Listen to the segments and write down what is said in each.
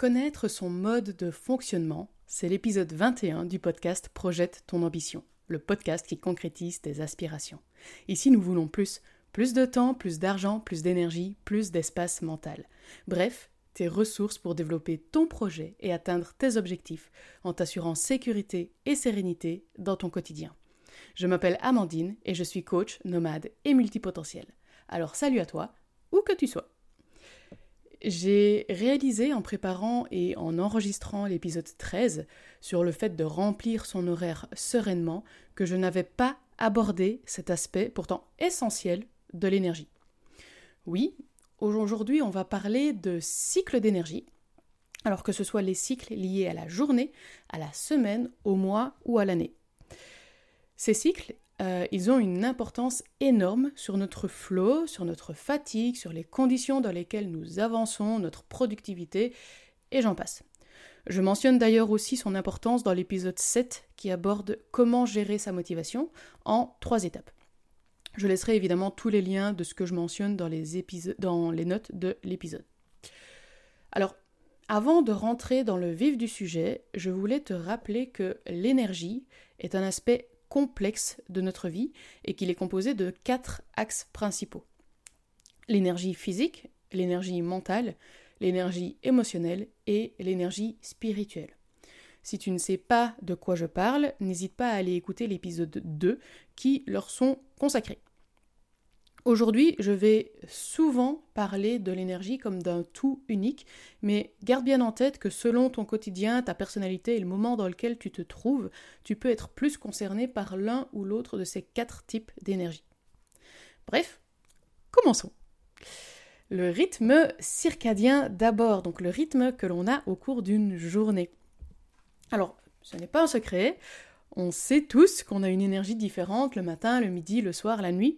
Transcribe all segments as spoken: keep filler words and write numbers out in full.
Connaître son mode de fonctionnement, c'est l'épisode vingt et un du podcast Projette ton ambition, le podcast qui concrétise tes aspirations. Ici, nous voulons plus, plus de temps, plus d'argent, plus d'énergie, plus d'espace mental. Bref, tes ressources pour développer ton projet et atteindre tes objectifs en t'assurant sécurité et sérénité dans ton quotidien. Je m'appelle Amandine et je suis coach, nomade et multipotentiel. Alors salut à toi, où que tu sois. J'ai réalisé en préparant et en enregistrant l'épisode treize sur le fait de remplir son horaire sereinement que je n'avais pas abordé cet aspect pourtant essentiel de l'énergie. Oui, aujourd'hui on va parler de cycle d'énergie, alors que ce soit les cycles liés à la journée, à la semaine, au mois ou à l'année. Ces cycles, euh, ils ont une importance énorme sur notre flow, sur notre fatigue, sur les conditions dans lesquelles nous avançons, notre productivité, et j'en passe. Je mentionne d'ailleurs aussi son importance dans l'épisode sept qui aborde comment gérer sa motivation en trois étapes. Je laisserai évidemment tous les liens de ce que je mentionne dans les, épisodes, dans les notes de l'épisode. Alors, avant de rentrer dans le vif du sujet, je voulais te rappeler que l'énergie est un aspect complexe de notre vie et qu'il est composé de quatre axes principaux. L'énergie physique, l'énergie mentale, l'énergie émotionnelle et l'énergie spirituelle. Si tu ne sais pas de quoi je parle, n'hésite pas à aller écouter l'épisode deux qui leur sont consacrés. Aujourd'hui, je vais souvent parler de l'énergie comme d'un tout unique, mais garde bien en tête que selon ton quotidien, ta personnalité et le moment dans lequel tu te trouves, tu peux être plus concerné par l'un ou l'autre de ces quatre types d'énergie. Bref, commençons. Le rythme circadien d'abord, donc le rythme que l'on a au cours d'une journée. Alors, ce n'est pas un secret, on sait tous qu'on a une énergie différente le matin, le midi, le soir, la nuit.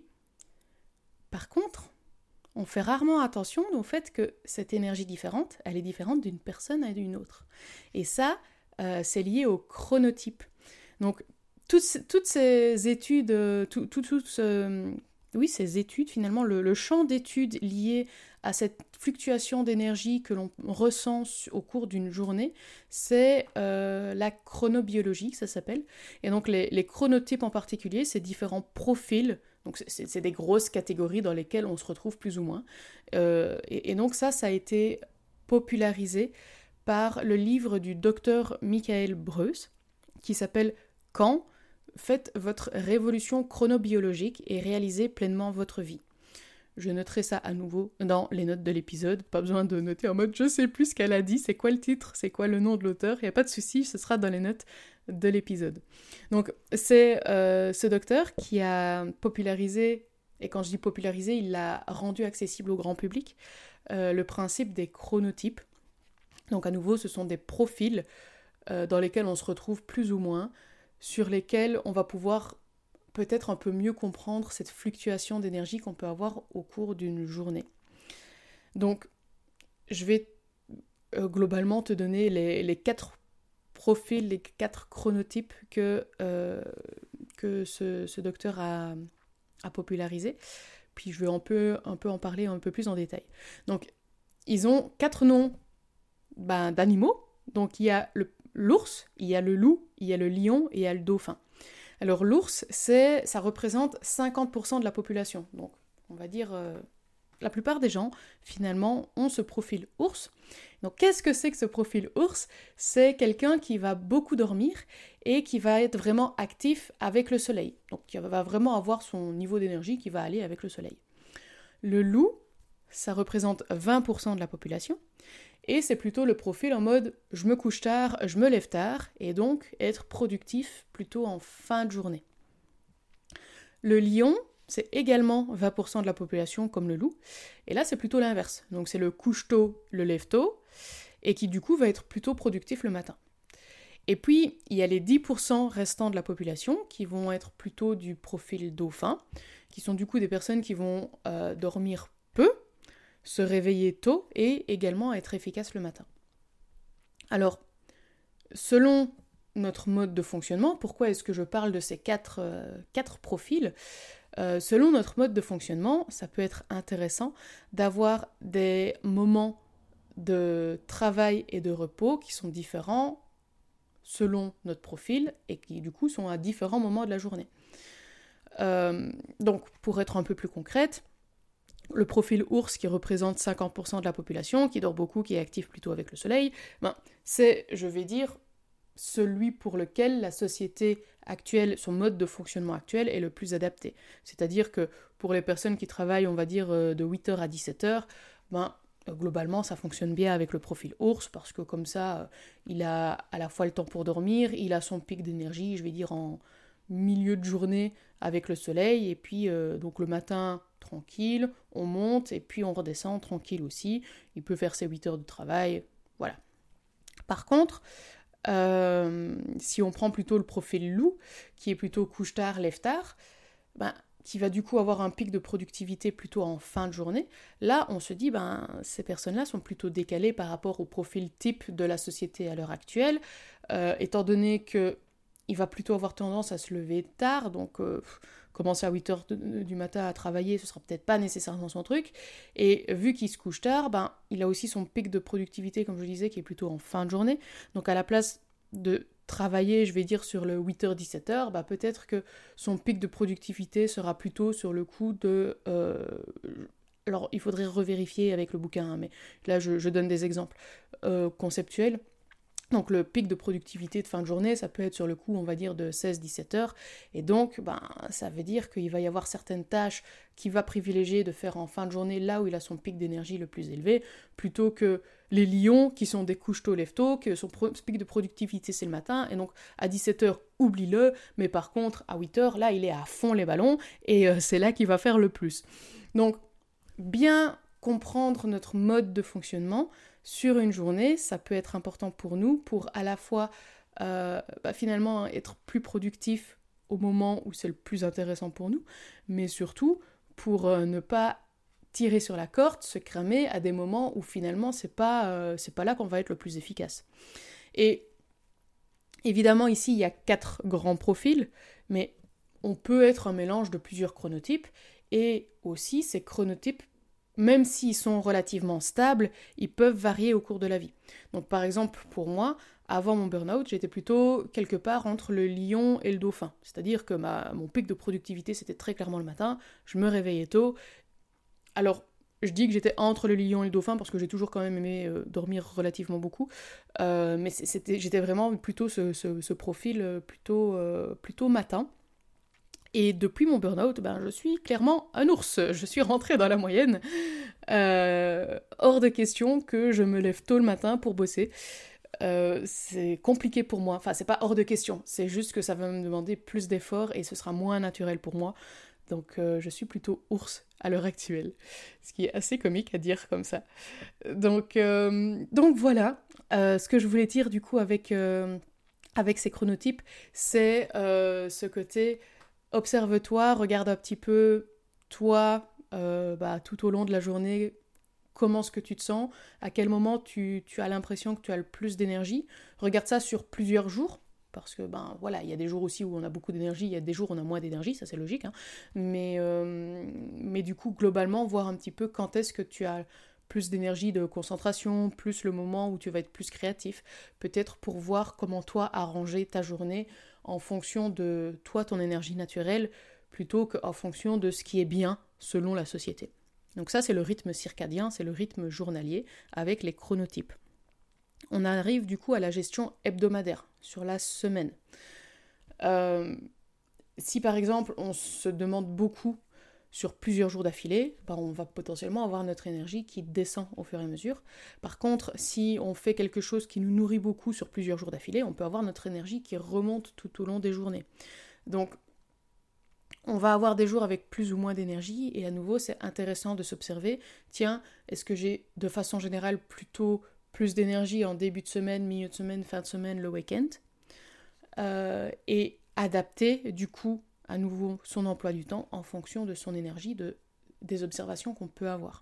Par contre, on fait rarement attention au fait que cette énergie différente, elle est différente d'une personne à une autre. Et ça, euh, c'est lié au chronotype. Donc, toutes, toutes ces études, tout, tout, tout ce, oui, ces études, finalement, le, le champ d'études lié à cette fluctuation d'énergie que l'on ressent au cours d'une journée, c'est euh, la chronobiologie, ça s'appelle. Et donc, les, les chronotypes en particulier, c'est différents profils. Donc c'est, c'est des grosses catégories dans lesquelles on se retrouve plus ou moins. Euh, et, et donc ça, ça a été popularisé par le livre du docteur Michael Breus, qui s'appelle « Quand faites votre révolution chronobiologique et réalisez pleinement votre vie ». Je noterai ça à nouveau dans les notes de l'épisode. Pas besoin de noter en mode « je sais plus ce qu'elle a dit, c'est quoi le titre, c'est quoi le nom de l'auteur ». Il n'y a pas de souci, ce sera dans les notes de l'épisode. Donc c'est euh, ce docteur qui a popularisé, et quand je dis popularisé, il l'a rendu accessible au grand public, euh, le principe des chronotypes. Donc à nouveau, ce sont des profils euh, dans lesquels on se retrouve plus ou moins, sur lesquels on va pouvoir peut-être un peu mieux comprendre cette fluctuation d'énergie qu'on peut avoir au cours d'une journée. Donc je vais euh, globalement te donner les, les quatre profils, les quatre chronotypes que, euh, que ce, ce docteur a, a popularisé. Puis je vais un peu, un peu en parler un peu plus en détail. Donc, ils ont quatre noms ben, d'animaux. Donc, il y a le, l'ours, il y a le loup, il y a le lion et il y a le dauphin. Alors, l'ours, c'est, ça représente cinquante pour cent de la population. Donc, on va dire... Euh, la plupart des gens, finalement, ont ce profil ours. Donc, qu'est-ce que c'est que ce profil ours ? C'est quelqu'un qui va beaucoup dormir et qui va être vraiment actif avec le soleil. Donc, qui va vraiment avoir son niveau d'énergie qui va aller avec le soleil. Le loup, ça représente vingt pour cent de la population. Et c'est plutôt le profil en mode « je me couche tard, je me lève tard » et donc être productif plutôt en fin de journée. Le lion, c'est également vingt pour cent de la population comme le loup. Et là, c'est plutôt l'inverse. Donc, c'est le couche-tôt, le lève-tôt, et qui, du coup, va être plutôt productif le matin. Et puis, il y a les dix pour cent restants de la population qui vont être plutôt du profil dauphin, qui sont du coup des personnes qui vont euh, dormir peu, se réveiller tôt et également être efficaces le matin. Alors, selon notre mode de fonctionnement, pourquoi est-ce que je parle de ces quatre, euh, quatre profils ? Euh, selon notre mode de fonctionnement, ça peut être intéressant d'avoir des moments de travail et de repos qui sont différents selon notre profil et qui du coup sont à différents moments de la journée. Euh, donc pour être un peu plus concrète, le profil ours qui représente cinquante pour cent de la population, qui dort beaucoup, qui est actif plutôt avec le soleil, ben, c'est, je vais dire, celui pour lequel la société actuelle, son mode de fonctionnement actuel est le plus adapté. C'est-à-dire que pour les personnes qui travaillent, on va dire, de huit heures à dix-sept heures, ben, globalement, ça fonctionne bien avec le profil ours, parce que comme ça, il a à la fois le temps pour dormir, il a son pic d'énergie, je vais dire, en milieu de journée avec le soleil, et puis euh, donc le matin, tranquille, on monte, et puis on redescend tranquille aussi. Il peut faire ses huit heures de travail, voilà. Par contre, euh, si on prend plutôt le profil loup, qui est plutôt couche-tard, lève-tard, ben, qui va du coup avoir un pic de productivité plutôt en fin de journée, là on se dit ben ces personnes-là sont plutôt décalées par rapport au profil type de la société à l'heure actuelle, euh, étant donné que il va plutôt avoir tendance à se lever tard, donc euh, commencer à huit heures de, de, du matin à travailler, ce sera peut-être pas nécessairement son truc, et vu qu'il se couche tard, ben, il a aussi son pic de productivité, comme je disais, qui est plutôt en fin de journée, donc à la place de travailler, je vais dire, sur le huit heures dix-sept heures, bah, peut-être que son pic de productivité sera plutôt sur le coup de... Euh, alors, il faudrait revérifier avec le bouquin, hein, mais là, je, je donne des exemples euh, conceptuels. Donc le pic de productivité de fin de journée, ça peut être sur le coup, on va dire, de seize à dix-sept heures. Et donc, ben, ça veut dire qu'il va y avoir certaines tâches qu'il va privilégier de faire en fin de journée, là où il a son pic d'énergie le plus élevé, plutôt que les lions qui sont des couches tôt, lève tôt, que son pro- pic de productivité c'est le matin. Et donc à dix-sept heures, oublie-le. Mais par contre, à huit heures, là, il est à fond les ballons. Et euh, c'est là qu'il va faire le plus. Donc, bien comprendre notre mode de fonctionnement sur une journée, ça peut être important pour nous, pour à la fois euh, bah, finalement être plus productif au moment où c'est le plus intéressant pour nous, mais surtout pour euh, ne pas tirer sur la corde, se cramer à des moments où finalement c'est pas, euh, c'est pas là qu'on va être le plus efficace. Et évidemment ici il y a quatre grands profils, mais on peut être un mélange de plusieurs chronotypes, et aussi ces chronotypes, même s'ils sont relativement stables, ils peuvent varier au cours de la vie. Donc par exemple, pour moi, avant mon burn-out, j'étais plutôt quelque part entre le lion et le dauphin. C'est-à-dire que ma, mon pic de productivité, c'était très clairement le matin, je me réveillais tôt. Alors, je dis que j'étais entre le lion et le dauphin parce que j'ai toujours quand même aimé euh, dormir relativement beaucoup, euh, mais c'était, j'étais vraiment plutôt ce, ce, ce profil plutôt, euh, plutôt matin. Et depuis mon burn-out, ben, je suis clairement un ours. Je suis rentrée dans la moyenne. Euh, hors de question que je me lève tôt le matin pour bosser. Euh, c'est compliqué pour moi. Enfin, c'est pas hors de question. C'est juste que ça va me demander plus d'efforts et ce sera moins naturel pour moi. Donc, euh, je suis plutôt ours à l'heure actuelle. Ce qui est assez comique à dire comme ça. Donc, euh, donc voilà. Euh, ce que je voulais dire du coup avec, euh, avec ces chronotypes, c'est euh, ce côté... Observe-toi, regarde un petit peu, toi, euh, bah, tout au long de la journée, comment est-ce que tu te sens, à quel moment tu, tu as l'impression que tu as le plus d'énergie. Regarde ça sur plusieurs jours, parce que, ben voilà, il y a des jours aussi où on a beaucoup d'énergie, il y a des jours où on a moins d'énergie, ça c'est logique, hein. mais, euh, mais du coup, globalement, voir un petit peu quand est-ce que tu as plus d'énergie de concentration, plus le moment où tu vas être plus créatif, peut-être pour voir comment toi arranger ta journée en fonction de toi, ton énergie naturelle, plutôt qu'en fonction de ce qui est bien selon la société. Donc ça, c'est le rythme circadien, c'est le rythme journalier avec les chronotypes. On arrive du coup à la gestion hebdomadaire, sur la semaine. Euh, si par exemple, on se demande beaucoup sur plusieurs jours d'affilée, ben on va potentiellement avoir notre énergie qui descend au fur et à mesure. Par contre, si on fait quelque chose qui nous nourrit beaucoup sur plusieurs jours d'affilée, on peut avoir notre énergie qui remonte tout au long des journées. Donc, on va avoir des jours avec plus ou moins d'énergie, et à nouveau, c'est intéressant de s'observer. Tiens, est-ce que j'ai de façon générale plutôt plus d'énergie en début de semaine, milieu de semaine, fin de semaine, le week-end euh, et adapter du coup à nouveau son emploi du temps en fonction de son énergie, de, des observations qu'on peut avoir.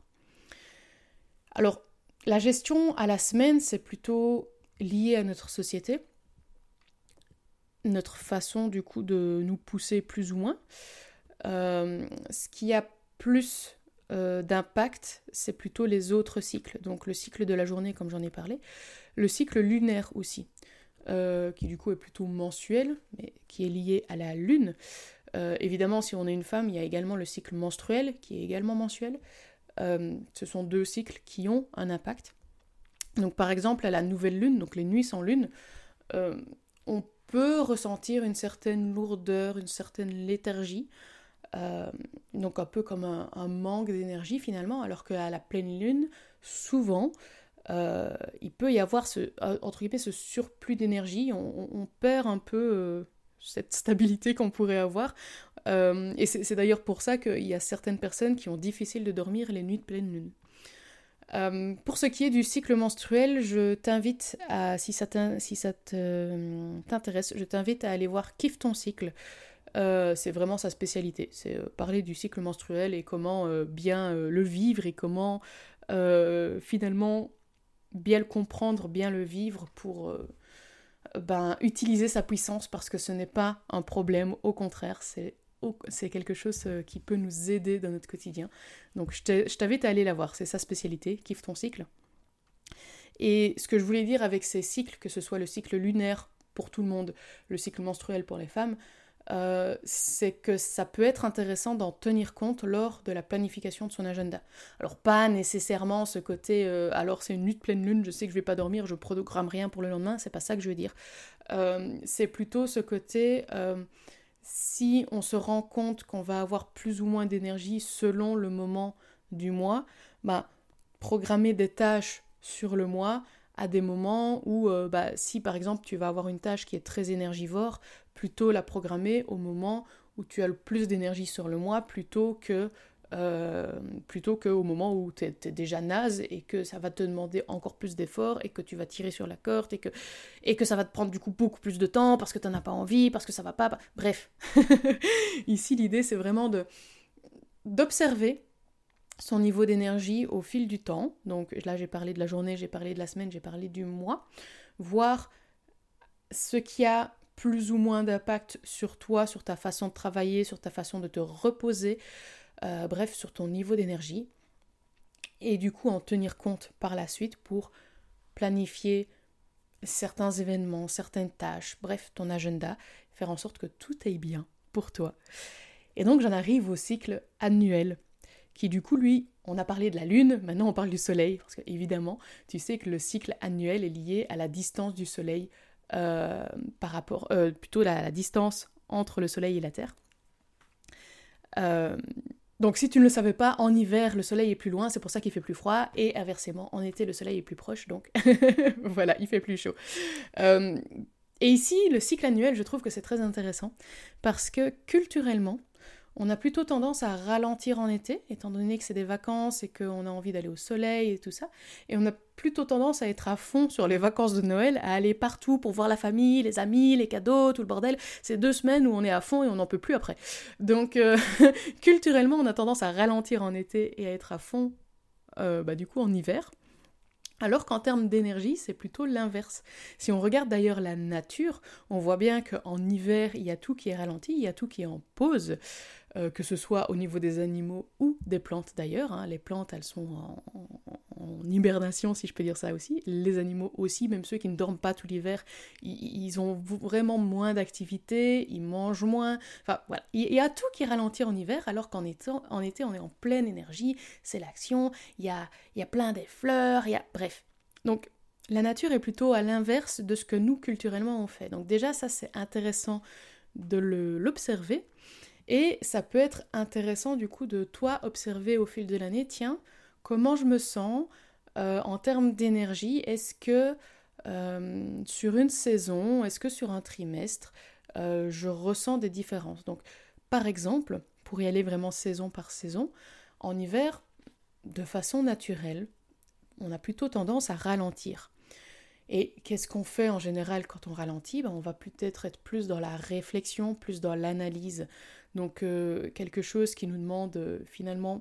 Alors, la gestion à la semaine, c'est plutôt lié à notre société, notre façon du coup de nous pousser plus ou moins. Euh, ce qui a plus euh, d'impact, c'est plutôt les autres cycles. Donc le cycle de la journée, comme j'en ai parlé, le cycle lunaire aussi, euh, qui du coup est plutôt mensuel, mais qui est lié à la lune. Euh, évidemment, si on est une femme, il y a également le cycle menstruel, qui est également mensuel. Euh, ce sont deux cycles qui ont un impact. Donc par exemple, à la nouvelle lune, donc les nuits sans lune, euh, on peut ressentir une certaine lourdeur, une certaine léthargie, euh, donc un peu comme un, un manque d'énergie finalement, alors qu'à la pleine lune, souvent, euh, il peut y avoir ce, entre guillemets, ce surplus d'énergie, on, on perd un peu euh, cette stabilité qu'on pourrait avoir, euh, et c'est, c'est d'ailleurs pour ça qu'il y a certaines personnes qui ont difficile de dormir les nuits de pleine lune. Euh, pour ce qui est du cycle menstruel, je t'invite à, si ça, si ça te, t'intéresse, je t'invite à aller voir Kiffe ton cycle. Euh, c'est vraiment sa spécialité, c'est euh, parler du cycle menstruel et comment euh, bien euh, le vivre et comment euh, finalement bien le comprendre, bien le vivre pour euh, ben, utiliser sa puissance, parce que ce n'est pas un problème, au contraire, c'est c'est quelque chose qui peut nous aider dans notre quotidien. Donc je t'invite à aller la voir, c'est sa spécialité, Kiffe ton cycle. Et ce que je voulais dire avec ces cycles, que ce soit le cycle lunaire pour tout le monde, le cycle menstruel pour les femmes, euh, c'est que ça peut être intéressant d'en tenir compte lors de la planification de son agenda. Alors pas nécessairement ce côté, euh, alors c'est une nuit de pleine lune, je sais que je vais pas dormir, je programme rien pour le lendemain, c'est pas ça que je veux dire. Euh, c'est plutôt ce côté... Euh, si on se rend compte qu'on va avoir plus ou moins d'énergie selon le moment du mois, bah, programmer des tâches sur le mois à des moments où, euh, bah, si par exemple tu vas avoir une tâche qui est très énergivore, plutôt la programmer au moment où tu as le plus d'énergie sur le mois, plutôt que euh, plutôt qu'au moment où tu es déjà naze et que ça va te demander encore plus d'efforts et que tu vas tirer sur la corde et que, et que ça va te prendre du coup beaucoup plus de temps parce que tu n'en as pas envie, parce que ça va pas... Bah, bref. Ici, l'idée, c'est vraiment de, d'observer son niveau d'énergie au fil du temps. Donc là, j'ai parlé de la journée, j'ai parlé de la semaine, j'ai parlé du mois. Voir ce qui a plus ou moins d'impact sur toi, sur ta façon de travailler, sur ta façon de te reposer, Euh, bref, sur ton niveau d'énergie, et du coup en tenir compte par la suite pour planifier certains événements, certaines tâches, bref, ton agenda, faire en sorte que tout aille bien pour toi. Et donc j'en arrive au cycle annuel, qui du coup, lui, on a parlé de la Lune, maintenant on parle du Soleil, parce que évidemment, tu sais que le cycle annuel est lié à la distance du Soleil, euh, par rapport, euh, plutôt la, la distance entre le Soleil et la Terre. Euh, Donc si tu ne le savais pas, en hiver, le soleil est plus loin, c'est pour ça qu'il fait plus froid, et inversement, en été, le soleil est plus proche, donc voilà, il fait plus chaud. Euh, et ici, le cycle annuel, je trouve que c'est très intéressant, parce que culturellement, on a plutôt tendance à ralentir en été, étant donné que c'est des vacances et qu'on a envie d'aller au soleil et tout ça. Et on a plutôt tendance à être à fond sur les vacances de Noël, à aller partout pour voir la famille, les amis, les cadeaux, tout le bordel. C'est deux semaines où on est à fond et on n'en peut plus après. Donc, euh, culturellement, on a tendance à ralentir en été et à être à fond, euh, bah, du coup, en hiver. Alors qu'en termes d'énergie, c'est plutôt l'inverse. Si on regarde d'ailleurs la nature, on voit bien qu'en hiver, il y a tout qui est ralenti, il y a tout qui est en pause, euh, que ce soit au niveau des animaux ou des plantes d'ailleurs. Hein. Les plantes, elles sont en, en, en hibernation, si je peux dire ça aussi. Les animaux aussi, même ceux qui ne dorment pas tout l'hiver, ils, ils ont vraiment moins d'activité, ils mangent moins. Enfin voilà, il y a tout qui ralentit en hiver, alors qu'en été, en été on est en pleine énergie, c'est l'action, il y a, il y a plein des fleurs, il y a... Bref. Donc, la nature est plutôt à l'inverse de ce que nous, culturellement, on fait. Donc déjà, ça, c'est intéressant de le, l'observer. Et ça peut être intéressant, du coup, de toi observer au fil de l'année, tiens, comment je me sens euh, en termes d'énergie? Est-ce que euh, sur une saison, est-ce que sur un trimestre, euh, je ressens des différences? Donc, par exemple, pour y aller vraiment saison par saison, en hiver, de façon naturelle, on a plutôt tendance à ralentir. Et qu'est-ce qu'on fait en général quand on ralentit? Ben, on va peut-être être plus dans la réflexion, plus dans l'analyse. Donc euh, quelque chose qui nous demande euh, finalement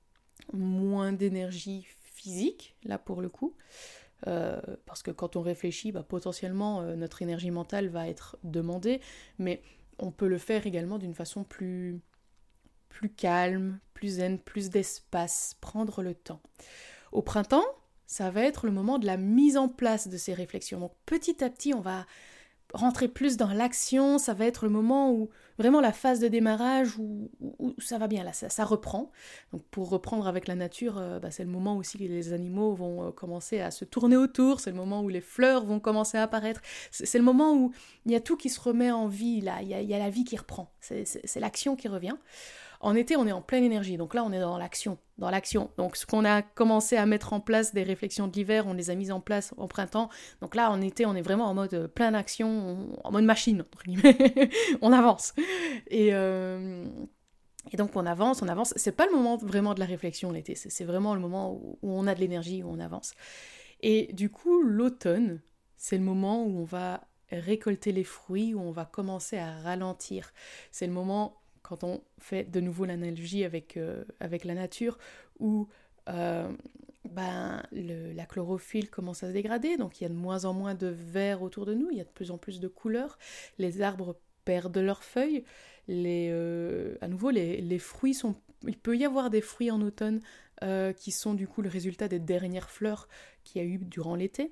moins d'énergie physique, là pour le coup. Euh, parce que quand on réfléchit, bah, potentiellement euh, notre énergie mentale va être demandée, mais on peut le faire également d'une façon plus, plus calme, plus zen, plus d'espace, prendre le temps. Au printemps, ça va être le moment de la mise en place de ces réflexions. Donc petit à petit, on va rentrer plus dans l'action, ça va être le moment où, vraiment la phase de démarrage où, où, où ça va bien, là, ça, ça reprend. Donc pour reprendre avec la nature, euh, bah, c'est le moment aussi que les animaux vont euh, commencer à se tourner autour, c'est le moment où les fleurs vont commencer à apparaître, c'est, c'est le moment où il y a tout qui se remet en vie, là, il y a, il y a la vie qui reprend, c'est, c'est, c'est l'action qui revient. En été, on est en pleine énergie, donc là, on est dans l'action, dans l'action. Donc, ce qu'on a commencé à mettre en place, des réflexions de l'hiver, on les a mises en place au printemps. Donc là, en été, on est vraiment en mode plein d'action, en mode machine, entre guillemets. On avance. Et, euh, et donc, on avance, on avance. C'est pas le moment vraiment de la réflexion, l'été. C'est, c'est vraiment le moment où, où on a de l'énergie, où on avance. Et du coup, l'automne, c'est le moment où on va récolter les fruits, où on va commencer à ralentir. C'est le moment... quand on fait de nouveau l'analogie avec, euh, avec la nature, où euh, ben, le, la chlorophylle commence à se dégrader, donc il y a de moins en moins de vert autour de nous, il y a de plus en plus de couleurs, les arbres perdent leurs feuilles, les, euh, à nouveau les, les fruits sont... Il peut y avoir des fruits en automne euh, qui sont du coup le résultat des dernières fleurs qu'il y a eu durant l'été.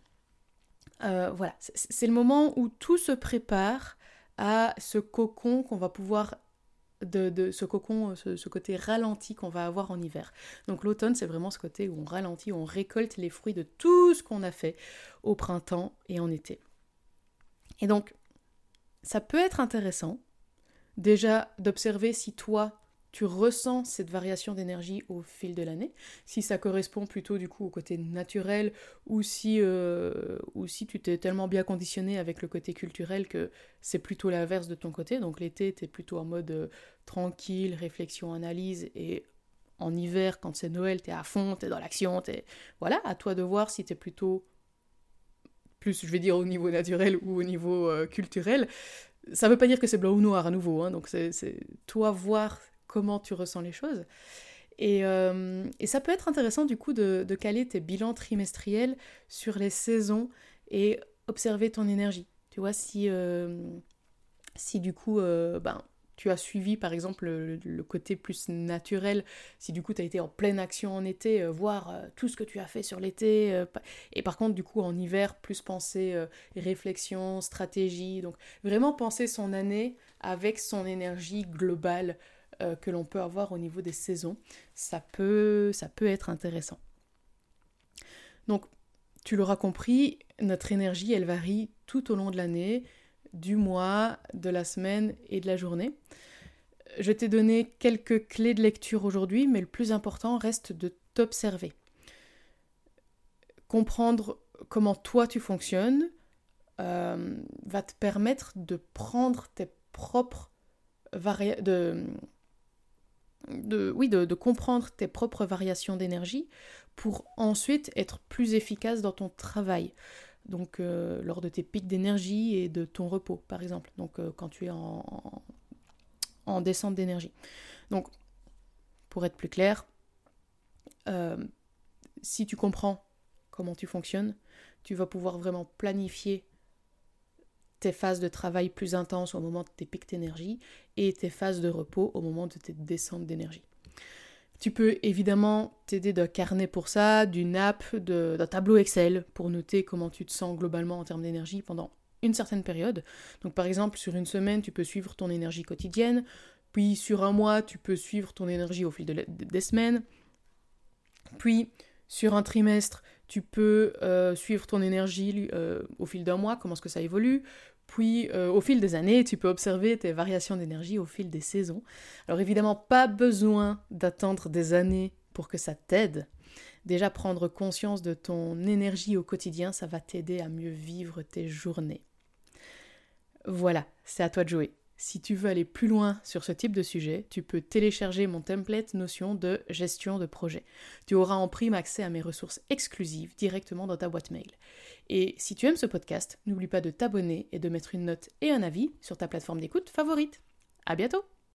Euh, voilà, c'est, c'est le moment où tout se prépare à ce cocon qu'on va pouvoir... De, de ce cocon, ce, ce côté ralenti qu'on va avoir en hiver. Donc l'automne, c'est vraiment ce côté où on ralentit, où on récolte les fruits de tout ce qu'on a fait au printemps et en été. Et donc, ça peut être intéressant, déjà d'observer si toi, tu ressens cette variation d'énergie au fil de l'année, si ça correspond plutôt du coup au côté naturel, ou si, euh, ou si tu t'es tellement bien conditionné avec le côté culturel que c'est plutôt l'inverse de ton côté, donc l'été t'es plutôt en mode euh, tranquille, réflexion, analyse, et en hiver, quand c'est Noël, t'es à fond, t'es dans l'action, t'es... Voilà, à toi de voir si t'es plutôt plus, je vais dire, au niveau naturel ou au niveau euh, culturel. Ça veut pas dire que c'est blanc ou noir à nouveau, hein, donc c'est, c'est toi voir comment tu ressens les choses. Et, euh, et ça peut être intéressant du coup de, de caler tes bilans trimestriels sur les saisons et observer ton énergie. Tu vois, si, euh, si du coup euh, ben, tu as suivi par exemple le, le côté plus naturel, si du coup tu as été en pleine action en été, euh, voir euh, tout ce que tu as fait sur l'été, euh, et par contre du coup en hiver plus penser euh, réflexion, stratégie, donc vraiment penser son année avec son énergie globale euh, que l'on peut avoir au niveau des saisons, ça peut, ça peut être intéressant. Donc tu l'auras compris, notre énergie elle varie tout au long de l'année, du mois, de la semaine et de la journée. Je t'ai donné quelques clés de lecture aujourd'hui, mais le plus important reste de t'observer. Comprendre comment toi tu fonctionnes euh, va te permettre de prendre tes propres vari- de, de, oui, de, de comprendre tes propres variations d'énergie pour ensuite être plus efficace dans ton travail. Donc euh, lors de tes pics d'énergie et de ton repos, par exemple. Donc euh, quand tu es en, en, en descente d'énergie. Donc, pour être plus clair, euh, si tu comprends comment tu fonctionnes, tu vas pouvoir vraiment planifier tes phases de travail plus intenses au moment de tes pics d'énergie et tes phases de repos au moment de tes descentes d'énergie. Tu peux évidemment t'aider d'un carnet pour ça, d'une app, de, d'un tableau Excel pour noter comment tu te sens globalement en termes d'énergie pendant une certaine période. Donc par exemple, sur une semaine, tu peux suivre ton énergie quotidienne, puis sur un mois, tu peux suivre ton énergie au fil de la, de, des semaines, puis sur un trimestre, tu peux euh, suivre ton énergie euh, au fil d'un mois, comment est-ce que ça évolue. Puis, euh, au fil des années, tu peux observer tes variations d'énergie au fil des saisons. Alors évidemment, pas besoin d'attendre des années pour que ça t'aide. Déjà, prendre conscience de ton énergie au quotidien, ça va t'aider à mieux vivre tes journées. Voilà, c'est à toi de jouer. Si tu veux aller plus loin sur ce type de sujet, tu peux télécharger mon template Notion de gestion de projet. Tu auras en prime accès à mes ressources exclusives directement dans ta boîte mail. Et si tu aimes ce podcast, n'oublie pas de t'abonner et de mettre une note et un avis sur ta plateforme d'écoute favorite. À bientôt!